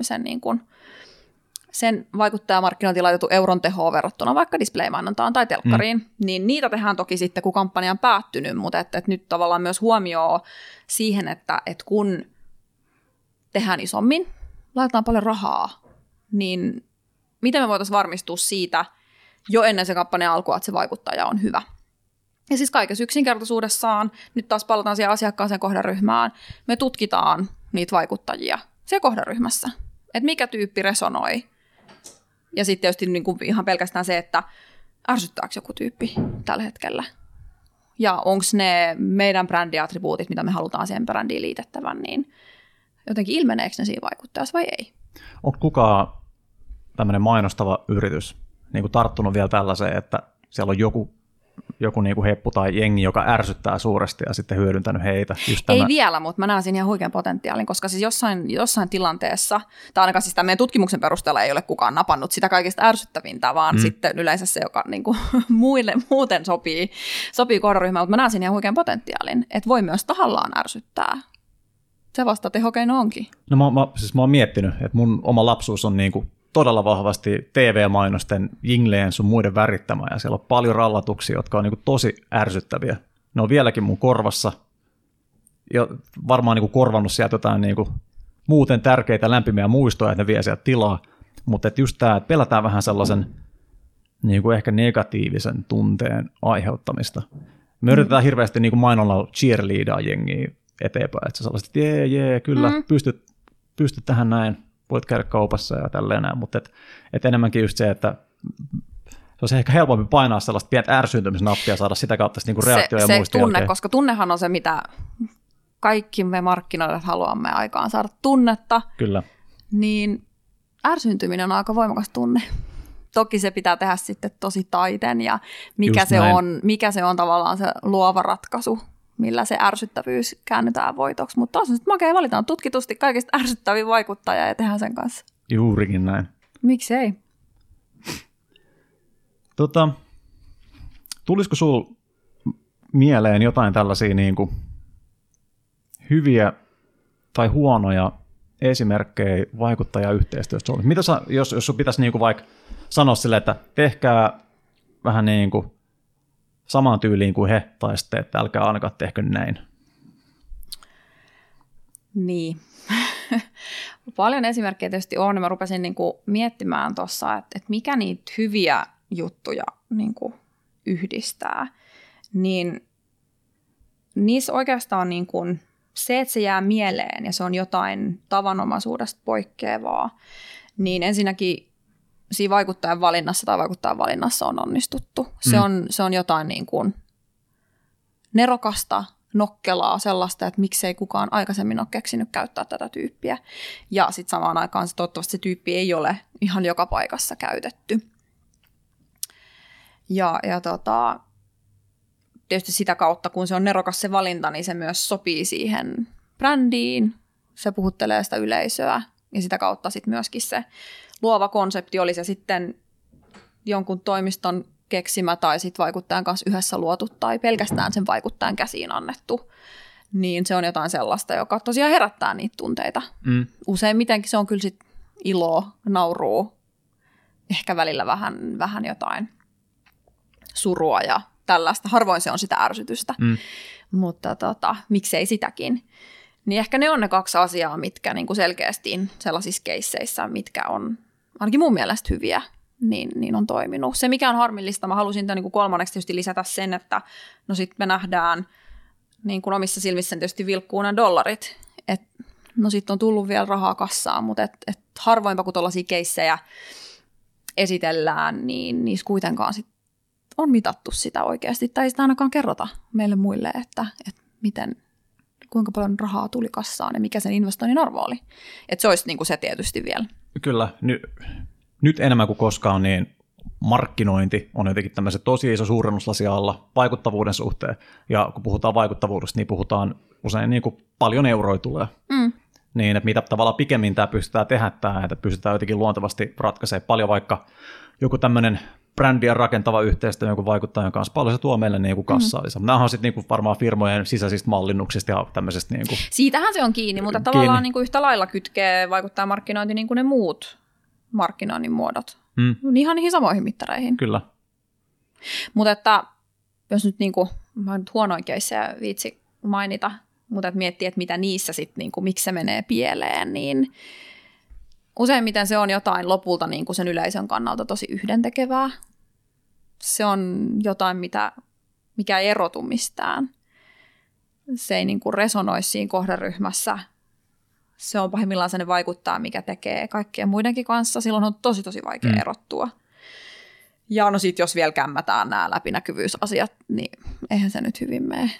sen vaikuttajamarkkinointiin laitettu euron tehoa verrattuna vaikka display-mainontaan tai telkkariin, niin niitä tehdään toki sitten, kun kampanja on päättynyt, mutta että nyt tavallaan myös huomioon siihen, että kun tehdään isommin, laitetaan paljon rahaa, niin miten me voitaisiin varmistua siitä jo ennen se kampanjan alkua, että se vaikuttaja on hyvä. Ja siis kaikessa yksinkertaisuudessaan, nyt taas palataan siihen asiakkaaseen kohderyhmään, me tutkitaan niitä vaikuttajia siellä kohderyhmässä, että mikä tyyppi resonoi. Ja sitten tietysti niin kuin ihan pelkästään se, että ärsyttääkö joku tyyppi tällä hetkellä. Ja onko ne meidän brändiattribuutit, mitä me halutaan siihen brändiin liitettävän, niin jotenkin ilmeneekö ne siinä vaikuttajassa vai ei? Onko kukaan tämmöinen mainostava yritys niin kuin tarttunut vielä tällaiseen, että siellä on joku niin kuin heppu tai jengi, joka ärsyttää suuresti ja sitten hyödyntänyt heitä? Ei vielä, mutta mä näen siinä ihan huikean potentiaalin, koska siis jossain tilanteessa, tai ainakaan siis tämän meidän tutkimuksen perusteella ei ole kukaan napannut sitä kaikista ärsyttävintä, vaan sitten yleensä se, joka niin kuin muuten sopii kohderyhmään, mutta mä näen siinä ihan huikean potentiaalin, että voi myös tahallaan ärsyttää. Se vasta tehokeino onkin. No mä oon miettinyt, että mun oma lapsuus on niin kuin todella vahvasti TV-mainosten, jingleen sun muiden värittämä, ja siellä on paljon rallatuksia, jotka on niin kuin tosi ärsyttäviä. Ne on vieläkin mun korvassa, ja varmaan niin kuin korvannut sieltä jotain niin kuin muuten tärkeitä lämpimiä muistoja, että ne vie sieltä tilaa, mutta että just tämä, että pelätään vähän sellaisen niin kuin ehkä negatiivisen tunteen aiheuttamista. Me yritetään hirveästi niin kuin mainonnalla cheerleadaa jengiä eteenpäin, että sä sellaiset, että kyllä, pystyt tähän näin, voit käydä kaupassa ja tälleen näin, mutta et enemmänkin just se, että se olisi ehkä helpompi painaa sellaista pientä ärsyyntymisnappia ja saada sitä kautta niinku reaktioja ja muistia. Se tunne, koska tunnehan on se, mitä kaikki me markkinoijat haluamme aikaan saada tunnetta. Kyllä. Niin ärsyyntyminen on aika voimakas tunne. Toki se pitää tehdä sitten tosi taiten ja mikä se on tavallaan se luova ratkaisu, millä se ärsyttävyys käännetään voitoksi. Mutta tuossa nyt makea valitaan tutkitusti kaikista ärsyttäviä vaikuttajia ja tehdään sen kanssa. Juurikin näin. Miksei? Tulisiko sul mieleen jotain tällaisia niin kuin hyviä tai huonoja esimerkkejä vaikuttajayhteistyöstä? Mitä jos sun pitäisi niin kuin vaikka sanoa silleen, että tehkää vähän niin kuin samaan tyyliin kuin he, tai sitten, että älkää ainakaan tehkö näin. Niin. Paljon esimerkkejä tietysti on. Mä rupesin niin kuin miettimään tuossa, että mikä niitä hyviä juttuja niin kuin yhdistää. Niin niissä oikeastaan niin kuin se, että se jää mieleen ja se on jotain tavanomaisuudesta poikkeavaa, niin ensinnäkin siinä vaikuttajan valinnassa on onnistuttu. Se on jotain niin kuin nerokasta, nokkelaa, sellaista, että miksei kukaan aikaisemmin ole keksinyt käyttää tätä tyyppiä. Ja sitten samaan aikaan toivottavasti se tyyppi ei ole ihan joka paikassa käytetty. Ja tietysti sitä kautta, kun se on nerokas se valinta, niin se myös sopii siihen brändiin. Se puhuttelee sitä yleisöä ja sitä kautta sitten myöskin se luova konsepti, oli se sitten jonkun toimiston keksimä tai sitten vaikuttajan kanssa yhdessä luotu tai pelkästään sen vaikuttajan käsiin annettu, niin se on jotain sellaista, joka tosiaan herättää niitä tunteita. Useimmitenkin se on kyllä sitten iloa, naurua, ehkä välillä vähän jotain surua ja tällaista. Harvoin se on sitä ärsytystä, mutta miksei sitäkin. Niin ehkä ne on ne kaksi asiaa, mitkä niin kuin selkeästi sellaisissa keisseissä, mitkä on ainakin mun mielestä hyviä, niin on toiminut. Se, mikä on harmillista, mä halusin tämän niin kuin kolmanneksi tietysti lisätä sen, että no sitten me nähdään niin kuin omissa silmissä tietysti vilkkuu nämä dollarit, että no sitten on tullut vielä rahaa kassaan, mutta et harvoinpa kun tuollaisia keissejä esitellään, niin niissä kuitenkaan sit on mitattu sitä oikeasti, tai ei sitä ainakaan kerrota meille muille, että kuinka paljon rahaa tuli kassaan ja mikä sen investoinnin arvo oli. Että se olisi niin kuin se tietysti vielä. Kyllä, nyt enemmän kuin koskaan niin markkinointi on jotenkin tämmöisen tosi iso suurennuslasi alla vaikuttavuuden suhteen. Ja kun puhutaan vaikuttavuudesta, niin puhutaan usein niin kuin paljon euroja tulee. Niin, että mitä tavallaan pikemmin tämä pystytään tehdä tämä, että pystytään jotenkin luontevasti ratkaisemaan paljon vaikka joku tämmöinen brändiä rakentava yhteistyö jonkun vaikuttajan kanssa, paljon se tuo meille niin kuin kassaa. Nämä on sitten niin varmaan firmojen sisäisistä mallinnuksista ja tämmöisestä. Niin kuin siitähän se on kiinni, mutta tavallaan niin kuin yhtä lailla kytkee vaikuttajamarkkinointi niin kuin ne muut markkinoinnin muodot. Ihan niihin samoihin mittareihin. Kyllä. Mutta että jos nyt, niin kuin, mä nyt huonoin keissejä viitsi mainita, mutta että miettii, että mitä niissä sitten, niin kuin, miksi se menee pieleen, niin useimmiten se on jotain lopulta niin kuin sen yleisön kannalta tosi yhdentekevää. Se on jotain, mikä ei erotu mistään. Se ei niin kuin resonoi siinä kohderyhmässä. Se on pahimmillaan sellainen vaikuttaa, mikä tekee kaikkien muidenkin kanssa. Silloin on tosi vaikea erottua. Ja no sit jos vielä kämmätään nämä läpinäkyvyysasiat, niin eihän se nyt hyvin mene.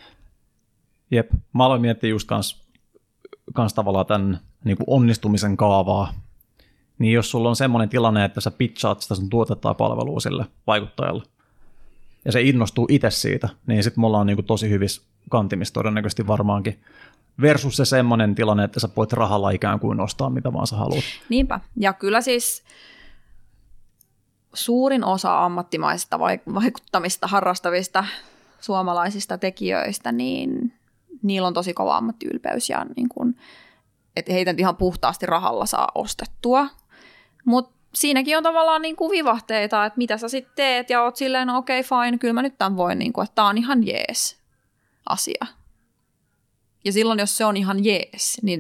Jep, mä aloin miettiä just kans tavallaan tämän niin kuin onnistumisen kaavaa. Niin jos sulla on semmoinen tilanne, että sä pitchaat sitä sun tuotetta tai palvelua sille vaikuttajalle, ja se innostuu itse siitä, niin sitten me ollaan niin kuin tosi hyvissä kantimissa todennäköisesti varmaankin. Versus se semmoinen tilanne, että sä voit rahalla ikään kuin nostaa mitä vaan sä haluat. Niinpä. Ja kyllä siis suurin osa ammattimaista vaikuttamista harrastavista suomalaisista tekijöistä, niin niillä on tosi kova ammattiylpeys ja niin kuin, että heitä ihan puhtaasti rahalla saa ostettua. Mutta siinäkin on tavallaan niin kuin vivahteita, että mitä sä sitten teet ja oot silleen, no okei, fine, kyllä mä nyt tämän voin, niin kuin, että tää on ihan jees asia. Ja silloin, jos se on ihan jees, niin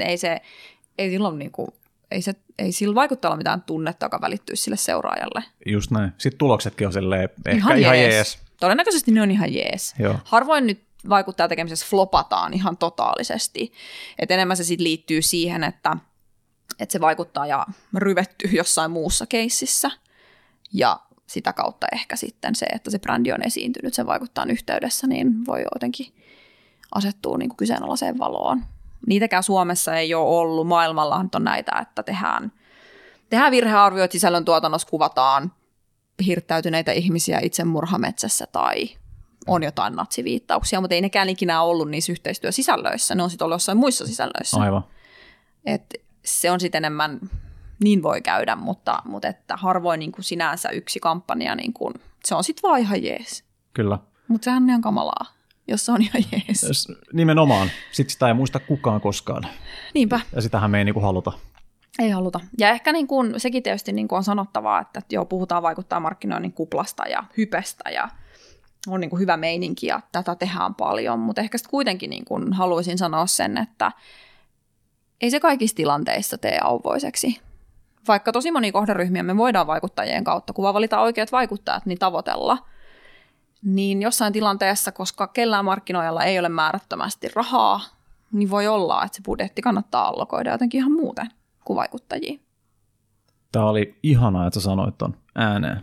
ei sillä vaikuttajalla mitään tunnetta, joka välittyisi sille seuraajalle. Just näin. Sitten tuloksetkin on silleen ehkä ihan jees. Todennäköisesti ne on ihan jees. Joo. Harvoin nyt vaikuttaja tekemisessä flopataan ihan totaalisesti. Et enemmän se sitten liittyy siihen, että se vaikuttaja ryvettyy jossain muussa keississä. Ja sitä kautta ehkä sitten se, että se brändi on esiintynyt sen vaikuttajan yhteydessä, niin voi jotenkin asettua niin kuin kyseenalaiseen valoon. Niitäkään Suomessa ei ole ollut. Maailmallahan on näitä, että tehdään virhearvioita sisällöntuotannossa, kuvataan hirttäytyneitä ihmisiä itsemurhametsässä tai on jotain natsiviittauksia, mutta ei nekään ikinä ollut niissä yhteistyösisällöissä. Ne on sitten ollut jossain muissa sisällöissä. Aivan. Et se on sitten enemmän, niin voi käydä, mutta että harvoin niin kuin sinänsä yksi kampanja, niin kuin, se on sitten vaan ihan jees. Kyllä. Mutta sehän on ihan kamalaa, jos se on ihan jees. Nimenomaan. Sitten sitä ei muista kukaan koskaan. Niinpä. Ja sitähän me ei niin kuin haluta. Ei haluta. Ja ehkä niin kuin, sekin tietysti niin kuin on sanottavaa, että joo, puhutaan vaikuttaa markkinoinnin kuplasta ja hypestä ja on niin kuin hyvä meininki ja tätä tehdään paljon, mutta ehkä sitten kuitenkin niin kuin haluaisin sanoa sen, että ei se kaikissa tilanteissa tee auvoiseksi. Vaikka tosi moni kohderyhmiä me voidaan vaikuttajien kautta, kun vaan valitaan oikeat vaikuttajat, niin tavoitella, niin jossain tilanteessa, koska kellään markkinoijalla ei ole määrättömästi rahaa, niin voi olla, että se budjetti kannattaa allokoida jotenkin ihan muuten kuin vaikuttajiin. Tämä oli ihanaa, että sä sanoit ton ääneen,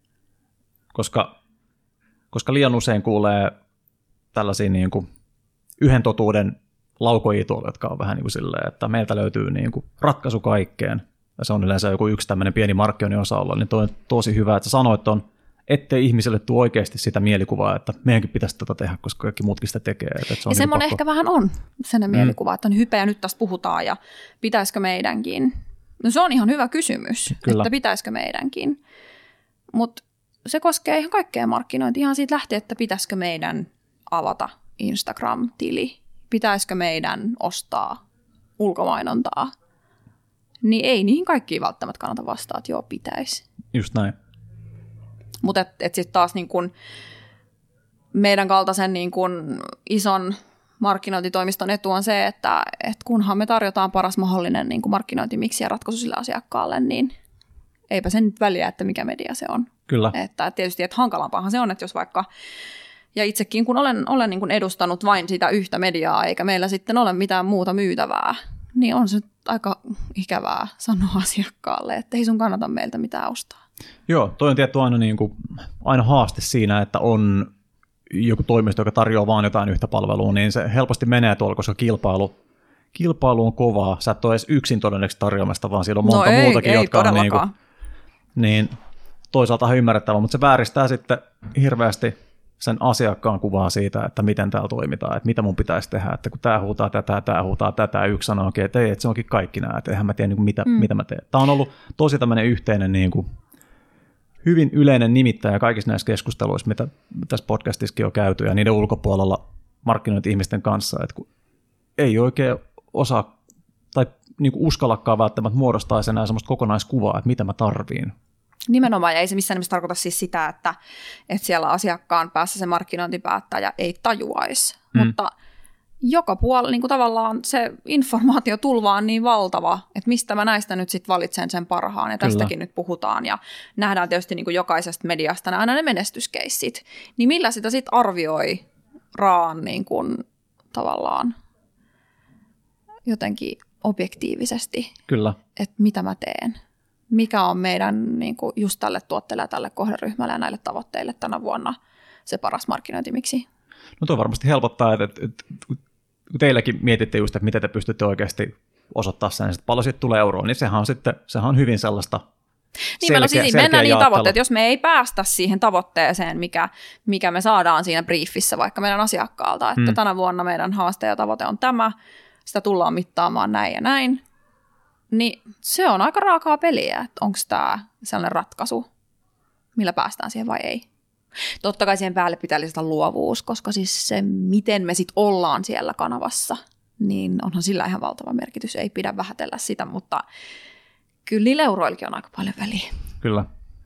koska liian usein kuulee tällaisia niin kuin yhden totuuden laukoja tuolla, jotka on vähän niin kuin silleen, että meiltä löytyy niin kuin ratkaisu kaikkeen, ja se on yleensä joku yksi tämmöinen pieni markkinoinnin osa-alue, niin toi on tosi hyvä, että sä sanoit ton, ettei ihmiselle tule oikeasti sitä mielikuvaa, että meidänkin pitäisi tätä tehdä, koska kaikki muutkin sitä tekee. Että se on ja niin semmoinen pakko. ehkä vähän on sen mielikuva, että on hype ja nyt tästä puhutaan ja pitäisikö meidänkin. No se on ihan hyvä kysymys, Kyllä. että pitäisikö meidänkin. Mutta se koskee ihan kaikkea markkinointia. Ihan siitä lähtien, että pitäisikö meidän avata Instagram-tili, pitäisikö meidän ostaa ulkomainontaa. Niin ei niihin kaikkiin välttämättä kannata vastata, että joo, pitäisi. Just näin. Mutta sitten taas niin kun meidän kaltaisen niin kun ison markkinointitoimiston etu on se, että kunhan me tarjotaan paras mahdollinen niin kun markkinointimiksi ja ratkaisu sille asiakkaalle, niin eipä sen nyt väliä, että mikä media se on. Kyllä. Että tietysti, että hankalampaahan se on, että jos vaikka, ja itsekin kun olen niin kun edustanut vain sitä yhtä mediaa, eikä meillä sitten ole mitään muuta myytävää, niin on se aika ikävää sanoa asiakkaalle, että ei sun kannata meiltä mitään ostaa. Joo, toi on tietty aina haaste siinä, että on joku toimisto, joka tarjoaa vaan jotain yhtä palvelua, niin se helposti menee tuolla, koska kilpailu on kovaa. Sä et ole edes yksin todennäköisesti tarjoamasta, vaan siellä on monta muutakin, jotka on niin toisaalta ymmärrettävää, mutta se vääristää sitten hirveästi sen asiakkaan kuvaa siitä, että miten täällä toimitaan, että mitä mun pitäisi tehdä, että kun tämä huutaa tätä, yksi sanoo, että ei, että se onkin kaikki nämä, että eihän mä tiedä, mitä mä teen. Tämä on ollut tosi tämmöinen yhteinen, niin kuin, hyvin yleinen nimittäjä kaikissa näissä keskusteluissa, mitä tässä podcastissakin on käyty, ja niiden ulkopuolella markkinointi-ihmisten kanssa, että kun ei oikein osaa tai niin kuin uskallakaan välttämättä muodostaa enää semmoista kokonaiskuvaa, että mitä mä tarviin. Nimenomaan, ja ei se missään nimessä tarkoita siis sitä, että siellä asiakkaan päässä se markkinointipäättäjä ei tajuaisi, mutta joka puolella niin kuin tavallaan se informaatiotulva on niin valtava, että mistä mä näistä nyt sitten valitsen sen parhaan, ja tästäkin nyt puhutaan, ja nähdään tietysti niin kuin jokaisesta mediasta aina ne menestyskeissit, niin millä sitä sitten arvioi raan niin kuin tavallaan jotenkin objektiivisesti, Kyllä. että mitä mä teen. Mikä on meidän niin kuin just tälle tuotteelle ja tälle kohderyhmälle ja näille tavoitteille tänä vuonna se paras markkinointi, miksi? No tuo varmasti helpottaa, että kun teilläkin mietitte just, että miten te pystytte oikeasti osoittaa sen, että paljon siitä tulee euroon, niin sehän on hyvin sellaista selkeä mennään niin tavoitteet, jos me ei päästä siihen tavoitteeseen, mikä me saadaan siinä briefissä vaikka meidän asiakkaalta, että tänä vuonna meidän haaste ja tavoite on tämä, sitä tullaan mittaamaan näin ja näin, niin se on aika raakaa peliä, että onko tämä sellainen ratkaisu, millä päästään siihen vai ei. Totta kai siihen päälle pitää lisätä luovuus, koska siis se, miten me sitten ollaan siellä kanavassa, niin onhan sillä ihan valtava merkitys. Ei pidä vähätellä sitä, mutta kyllä niillä euroillakin on aika paljon väliä. Kyllä.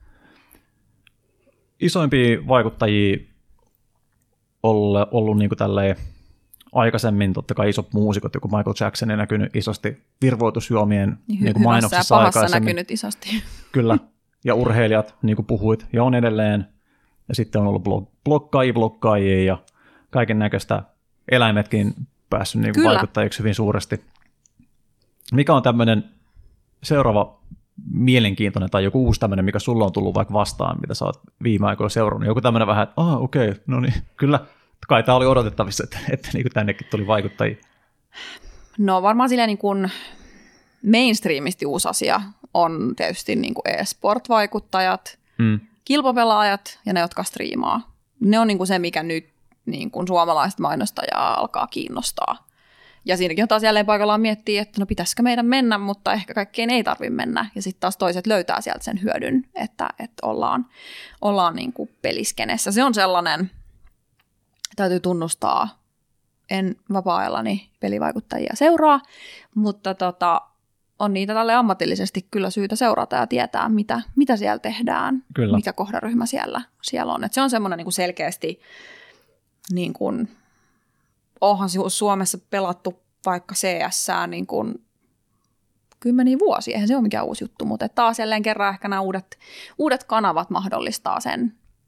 Isoimpia vaikuttajia ollut niin kuin tälleen aikaisemmin, totta kai isot muusikot, joku Michael Jackson, on näkynyt isosti virvoitusjuomien niin kuin mainoksissa ja pahassa aikaisemmin. näkynyt isosti. Kyllä, ja urheilijat, niin kuin puhuit, ja on edelleen. Ja sitten on ollut blokkaajia ja kaiken näköistä eläimetkin päässyt niin kuin vaikuttajiksi hyvin suuresti. Mikä on tämmöinen seuraava mielenkiintoinen tai joku uusi tämmöinen, mikä sulla on tullut vaikka vastaan, mitä sä oot viime aikoina seurannut? Joku tämmöinen vähän, että okei, no niin, kyllä. Kai tämä oli odotettavissa, että niin kuin tännekin tuli vaikuttajia. No varmaan silleen niin kuin mainstreamisti uusi asia on tietysti niin kuin e-sport-vaikuttajat, kilpapelaajat ja ne, jotka striimaa. Ne on niin kuin se, mikä nyt niin kuin suomalaista mainostajaa alkaa kiinnostaa. Ja siinäkin on taas jälleen paikallaan miettiä, että no pitäisikö meidän mennä, mutta ehkä kaikkien ei tarvitse mennä. Ja sitten taas toiset löytää sieltä sen hyödyn, että ollaan niin kuin peliskenessä. Se on sellainen, täytyy tunnustaa, en vapaa-ajallani pelivaikuttajia seuraa, mutta on niitä tälle ammatillisesti kyllä syytä seurata ja tietää, mitä siellä tehdään, kyllä. Mikä kohderyhmä siellä on. Et se on semmoinen niin kuin selkeästi, niin kuin, onhan Suomessa pelattu vaikka CS:ää niin kuin kymmeniä vuosia, eihän se ole mikään uusi juttu, mutta taas jälleen kerran ehkä nämä uudet kanavat mahdollistaa sen,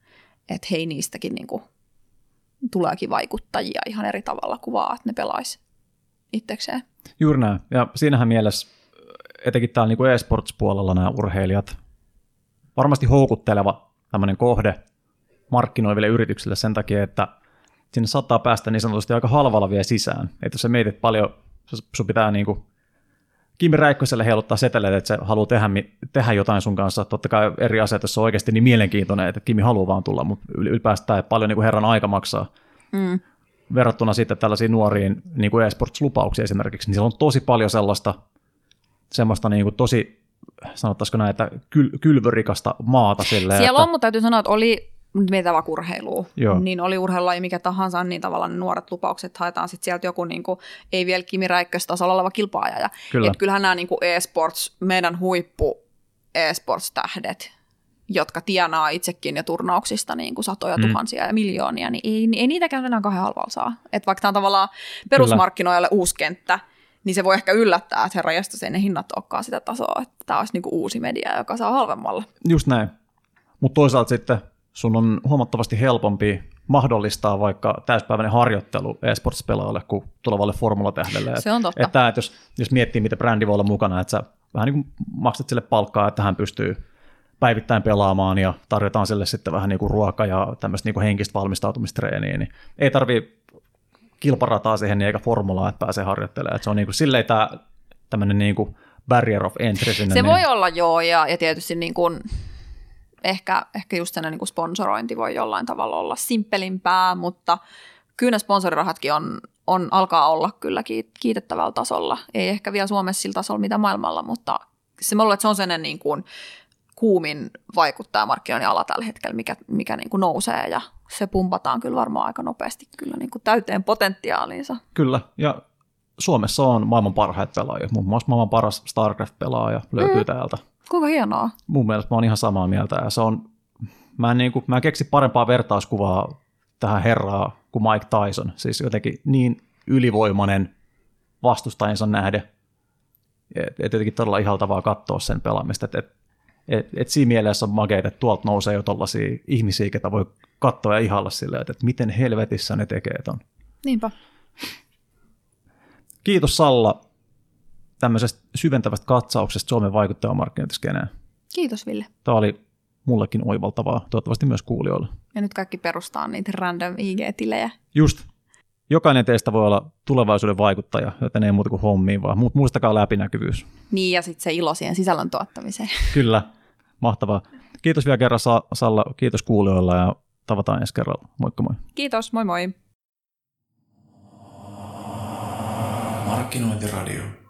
että hei niistäkin niin kuin tuleekin vaikuttajia ihan eri tavalla kuin vaan, että ne pelaisi itsekseen. Juuri näin. Ja siinähän mielessä etenkin täällä niin kuin e-sports-puolella nämä urheilijat varmasti houkutteleva tämmöinen kohde markkinoiville yrityksille sen takia, että sinne saattaa päästä niin sanotusti aika halvalla vielä sisään. Että jos sä mietit paljon, sun pitää niin kuin Kimi Räikköselle heiluttaa seteleitä, että se haluaa tehdä jotain sun kanssa. Totta kai eri asiat, jos se on oikeasti niin mielenkiintoinen, että Kimi haluaa vaan tulla, mutta ylipäätään paljon niin kuin herran aika maksaa. Verrattuna sitten tällaisiin nuoriin niin kuin e-sports-lupauksia esimerkiksi, niin siellä on tosi paljon semmoista niin kuin tosi, sanottaisiko näin, että kylvörikasta maata. Silleen, siellä että on, mutta täytyy sanoa, että oli mietitään vaikka urheilua, niin oli urheilulaji mikä tahansa, niin tavallaan ne nuoret lupaukset haetaan sitten sieltä joku niin kuin, ei vielä Kimi Räikkös-tasolla oleva kilpaaja. Kyllä. Että kyllähän nämä niin kuin e-sports, meidän huippu e-sports-tähdet, jotka tienaa itsekin ja turnauksista niin kuin satoja tuhansia ja miljoonia, niin ei niitäkään enää kahden halvalla saa. Että vaikka tämä on tavallaan perusmarkkinoille uusi kenttä, niin se voi ehkä yllättää, että herra jästäs, ei ne hinnat olekaan sitä tasoa, että tämä olisi niin kuin uusi media, joka saa halvemmalla. Just näin. Mutta toisaalta sitten sun on huomattavasti helpompi mahdollistaa vaikka täyspäiväinen harjoittelu e-sports-pelaajalle kuin tulevalle formulatähdelle. Se on totta. Että jos miettii, miten brändi voi olla mukana, että sä vähän niin kuin maksat sille palkkaa, että hän pystyy päivittäin pelaamaan ja tarjotaan sille sitten vähän niin kuin ruoka ja tämmöistä niin kuin henkistä valmistautumistreeniä, niin ei tarvitse kilparataa siihen eikä formulaa, että pääsee harjoittelemaan. Että se on niin kuin silleen tämmöinen niin kuin barrier of entry sinne. Se voi olla joo, ja tietysti niin kuin ehkä just sen niin kuin sponsorointi voi jollain tavalla olla simppelimpää, mutta kyllä ne sponsorirahatkin alkaa olla kyllä kiitettävällä tasolla. Ei ehkä vielä Suomessa sillä tasolla mitä maailmalla, mutta se mä luulen, että se on sellainen niin kuin kuumin vaikuttajamarkkinoinnin ala tällä hetkellä, mikä niin kuin nousee, ja se pumpataan kyllä varmaan aika nopeasti kyllä niin kuin täyteen potentiaaliinsa. Kyllä, ja Suomessa on maailman parhaita pelaajia. Muun muassa maailman paras StarCraft-pelaaja löytyy täältä. Kuinka hienoa. Mun mielestä mä oon ihan samaa mieltä. Ja se on, mä en keksi parempaa vertauskuvaa tähän herraa kuin Mike Tyson. Siis jotenkin niin ylivoimainen vastustajansa nähden. Et jotenkin todella ihaltavaa katsoa sen pelaamista. Et siinä mielessä on makeita, että tuolta nousee jo tollaisia ihmisiä, ketä voi katsoa ja ihalla silleen, että miten helvetissä ne tekee ton. Niinpä. Kiitos Salla tämmöisestä syventävästä katsauksesta Suomen vaikuttajamarkkinointiskeneen. Kiitos Ville. Tämä oli mullekin oivaltavaa, toivottavasti myös kuulijoille. Ja nyt kaikki perustaa niitä random IG-tilejä. Just. Jokainen teistä voi olla tulevaisuuden vaikuttaja, joten ei muuta kuin hommiin, vaan muistakaa läpinäkyvyys. Niin, ja sitten se ilo siihen sisällön tuottamiseen. Kyllä, mahtavaa. Kiitos vielä kerran Salla, kiitos kuulijoilla ja tavataan ensi kerralla. Moikka moi. Kiitos, moi moi. Markkinointiradio.